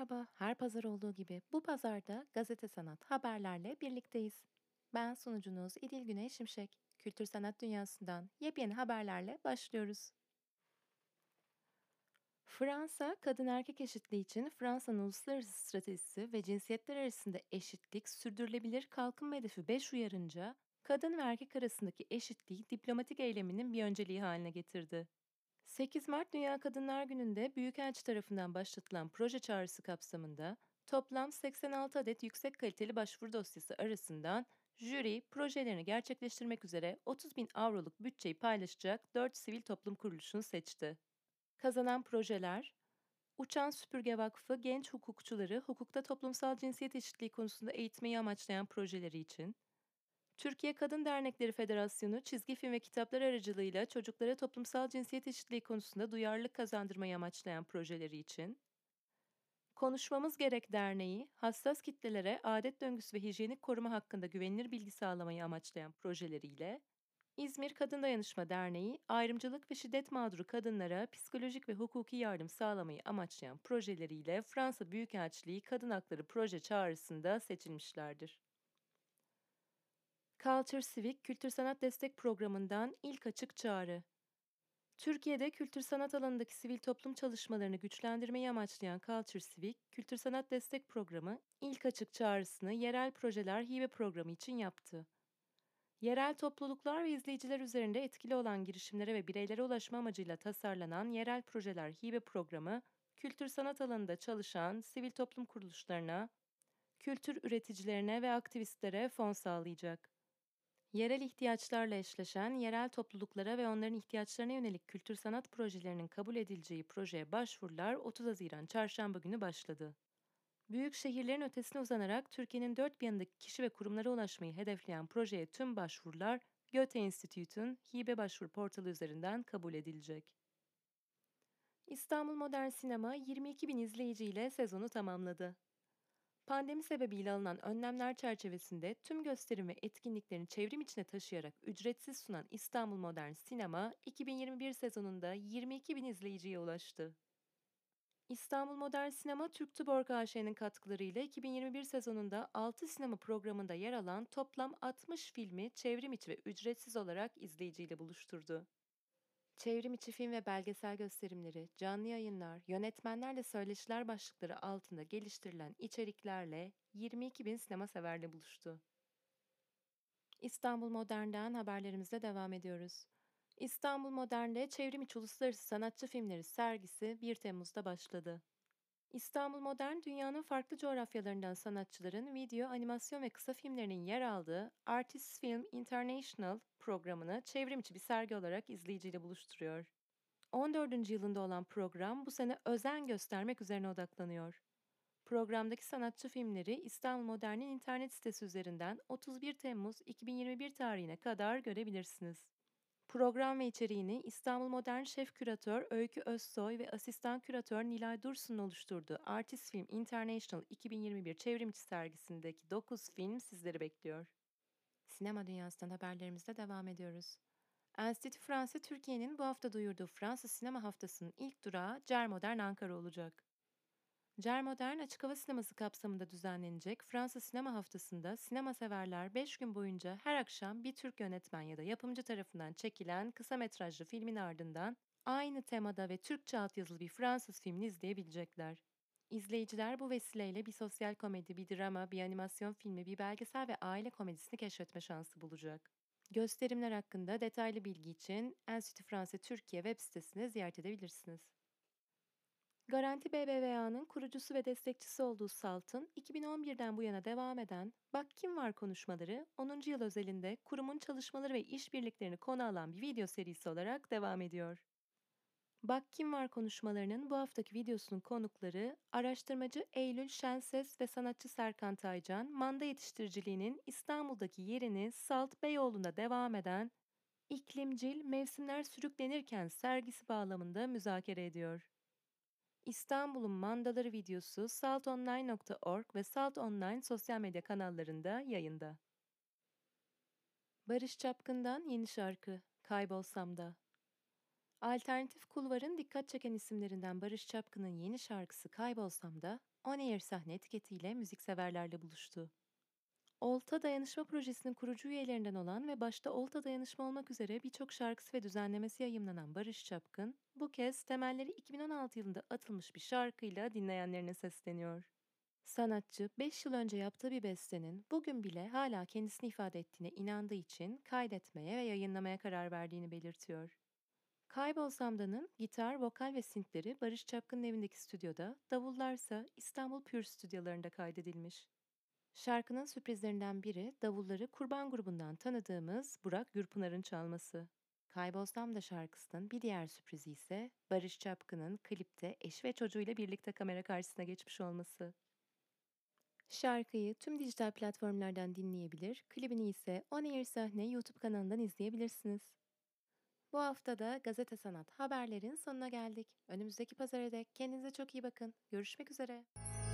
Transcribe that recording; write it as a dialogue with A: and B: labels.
A: Merhaba, her pazar olduğu gibi bu pazarda gazete sanat haberlerle birlikteyiz. Ben sunucunuz İdil Güney Şimşek. Kültür sanat dünyasından yepyeni haberlerle başlıyoruz. Fransa, kadın erkek eşitliği için Fransa'nın uluslararası stratejisi ve cinsiyetler arasında eşitlik, sürdürülebilir kalkınma hedefi 5 uyarınca, kadın ve erkek arasındaki eşitliği diplomatik eyleminin bir önceliği haline getirdi. 8 Mart Dünya Kadınlar Günü'nde Büyükelçi tarafından başlatılan proje çağrısı kapsamında toplam 86 adet yüksek kaliteli başvuru dosyası arasından jüri projelerini gerçekleştirmek üzere 30 bin avroluk bütçeyi paylaşacak 4 sivil toplum kuruluşunu seçti. Kazanan projeler, Uçan Süpürge Vakfı genç hukukçuları hukukta toplumsal cinsiyet eşitliği konusunda eğitmeyi amaçlayan projeleri için, Türkiye Kadın Dernekleri Federasyonu çizgi film ve kitaplar aracılığıyla çocuklara toplumsal cinsiyet eşitliği konusunda duyarlılık kazandırmayı amaçlayan projeleri için, Konuşmamız Gerek Derneği, hassas kitlelere adet döngüsü ve hijyenik koruma hakkında güvenilir bilgi sağlamayı amaçlayan projeleriyle, İzmir Kadın Dayanışma Derneği, ayrımcılık ve şiddet mağduru kadınlara psikolojik ve hukuki yardım sağlamayı amaçlayan projeleriyle Fransa Büyükelçiliği Kadın Hakları Proje Çağrısı'nda seçilmişlerdir. Culture Civic Kültür Sanat Destek Programı'ndan ilk açık çağrı. Türkiye'de kültür sanat alanındaki sivil toplum çalışmalarını güçlendirmeyi amaçlayan Culture Civic Kültür Sanat Destek Programı ilk açık çağrısını yerel projeler hibe programı için yaptı. Yerel topluluklar ve izleyiciler üzerinde etkili olan girişimlere ve bireylere ulaşma amacıyla tasarlanan Yerel Projeler Hibe Programı, kültür sanat alanında çalışan sivil toplum kuruluşlarına, kültür üreticilerine ve aktivistlere fon sağlayacak. Yerel ihtiyaçlarla eşleşen yerel topluluklara ve onların ihtiyaçlarına yönelik kültür sanat projelerinin kabul edileceği projeye başvurular 30 Haziran Çarşamba günü başladı. Büyük şehirlerin ötesine uzanarak Türkiye'nin dört bir yanındaki kişi ve kurumlara ulaşmayı hedefleyen projeye tüm başvurular Goethe Institute'un hibe başvuru portalı üzerinden kabul edilecek. İstanbul Modern Sinema 22 bin izleyiciyle sezonu tamamladı. Pandemi sebebiyle alınan önlemler çerçevesinde tüm gösterim ve etkinliklerini çevrim içine taşıyarak ücretsiz sunan İstanbul Modern Sinema, 2021 sezonunda 22 bin izleyiciye ulaştı. İstanbul Modern Sinema, Türk Tuborg AŞ'nin katkılarıyla 2021 sezonunda 6 sinema programında yer alan toplam 60 filmi çevrim içi ve ücretsiz olarak izleyiciyle buluşturdu. Çevrim içi film ve belgesel gösterimleri, canlı yayınlar, yönetmenlerle söyleşiler başlıkları altında geliştirilen içeriklerle 22 bin sinema severle buluştu. İstanbul Modern'den haberlerimize devam ediyoruz. İstanbul Modern'de Çevrim İçi Uluslararası Sanatçı Filmleri sergisi 1 Temmuz'da başladı. İstanbul Modern, dünyanın farklı coğrafyalarından sanatçıların video, animasyon ve kısa filmlerinin yer aldığı Artists Film International programını çevrimiçi bir sergi olarak izleyiciyle buluşturuyor. 14. yılında olan program bu sene özen göstermek üzerine odaklanıyor. Programdaki sanatçı filmleri İstanbul Modern'in internet sitesi üzerinden 31 Temmuz 2021 tarihine kadar görebilirsiniz. Program ve içeriğini İstanbul Modern Şef Küratör Öykü Özsoy ve Asistan Küratör Nilay Dursun'un oluşturduğu Artist Film International 2021 çevrimiçi sergisindeki 9 film sizleri bekliyor. Sinema dünyasından haberlerimizle devam ediyoruz. Enstitü Fransa Türkiye'nin bu hafta duyurduğu Fransa Sinema Haftası'nın ilk durağı Cermodern Ankara olacak. Cermodern Açık Hava Sineması kapsamında düzenlenecek Fransa Sinema Haftası'nda sinema severler 5 gün boyunca her akşam bir Türk yönetmen ya da yapımcı tarafından çekilen kısa metrajlı filmin ardından aynı temada ve Türkçe altyazılı bir Fransız filmini izleyebilecekler. İzleyiciler bu vesileyle bir sosyal komedi, bir drama, bir animasyon filmi, bir belgesel ve aile komedisini keşfetme şansı bulacak. Gösterimler hakkında detaylı bilgi için Enstitü Fransa Türkiye web sitesini ziyaret edebilirsiniz. Garanti BBVA'nın kurucusu ve destekçisi olduğu SALT'ın 2011'den bu yana devam eden Bak Kim Var konuşmaları 10. yıl özelinde kurumun çalışmaları ve işbirliklerini konu alan bir video serisi olarak devam ediyor. Bak Kim Var konuşmalarının bu haftaki videosunun konukları araştırmacı Eylül Şenses ve sanatçı Serkan Taycan, manda yetiştiriciliğinin İstanbul'daki yerini Salt Beyoğlu'nda devam eden İklimcil Mevsimler Sürüklenirken sergisi bağlamında müzakere ediyor. İstanbul'un Mandaları videosu saltonline.org ve Salt Online sosyal medya kanallarında yayında. Barış Çapkın'dan yeni şarkı Kaybolsam da. Alternatif kulvarın dikkat çeken isimlerinden Barış Çapkın'ın yeni şarkısı Kaybolsam da On Air sahne etiketiyle müzikseverlerle buluştu. Olta Dayanışma Projesi'nin kurucu üyelerinden olan ve başta Olta Dayanışma olmak üzere birçok şarkısı ve düzenlemesi yayımlanan Barış Çapkın, bu kez temelleri 2016 yılında atılmış bir şarkıyla dinleyenlerine sesleniyor. Sanatçı 5 yıl önce yaptığı bir bestenin bugün bile hala kendisini ifade ettiğine inandığı için kaydetmeye ve yayınlamaya karar verdiğini belirtiyor. Kaybolsamda'nın gitar, vokal ve synthleri Barış Çapkın'ın evindeki stüdyoda, davullarsa İstanbul Pure stüdyolarında kaydedilmiş. Şarkının sürprizlerinden biri davulları Kurban grubundan tanıdığımız Burak Gürpınar'ın çalması. Kaybolsam da şarkısının bir diğer sürprizi ise Barış Çapkın'ın klipte eşi ve çocuğuyla birlikte kamera karşısına geçmiş olması. Şarkıyı tüm dijital platformlardan dinleyebilir, klibini ise On Air Sahne YouTube kanalından izleyebilirsiniz. Bu hafta da Gazete Sanat haberlerin sonuna geldik. Önümüzdeki pazara dek kendinize çok iyi bakın. Görüşmek üzere.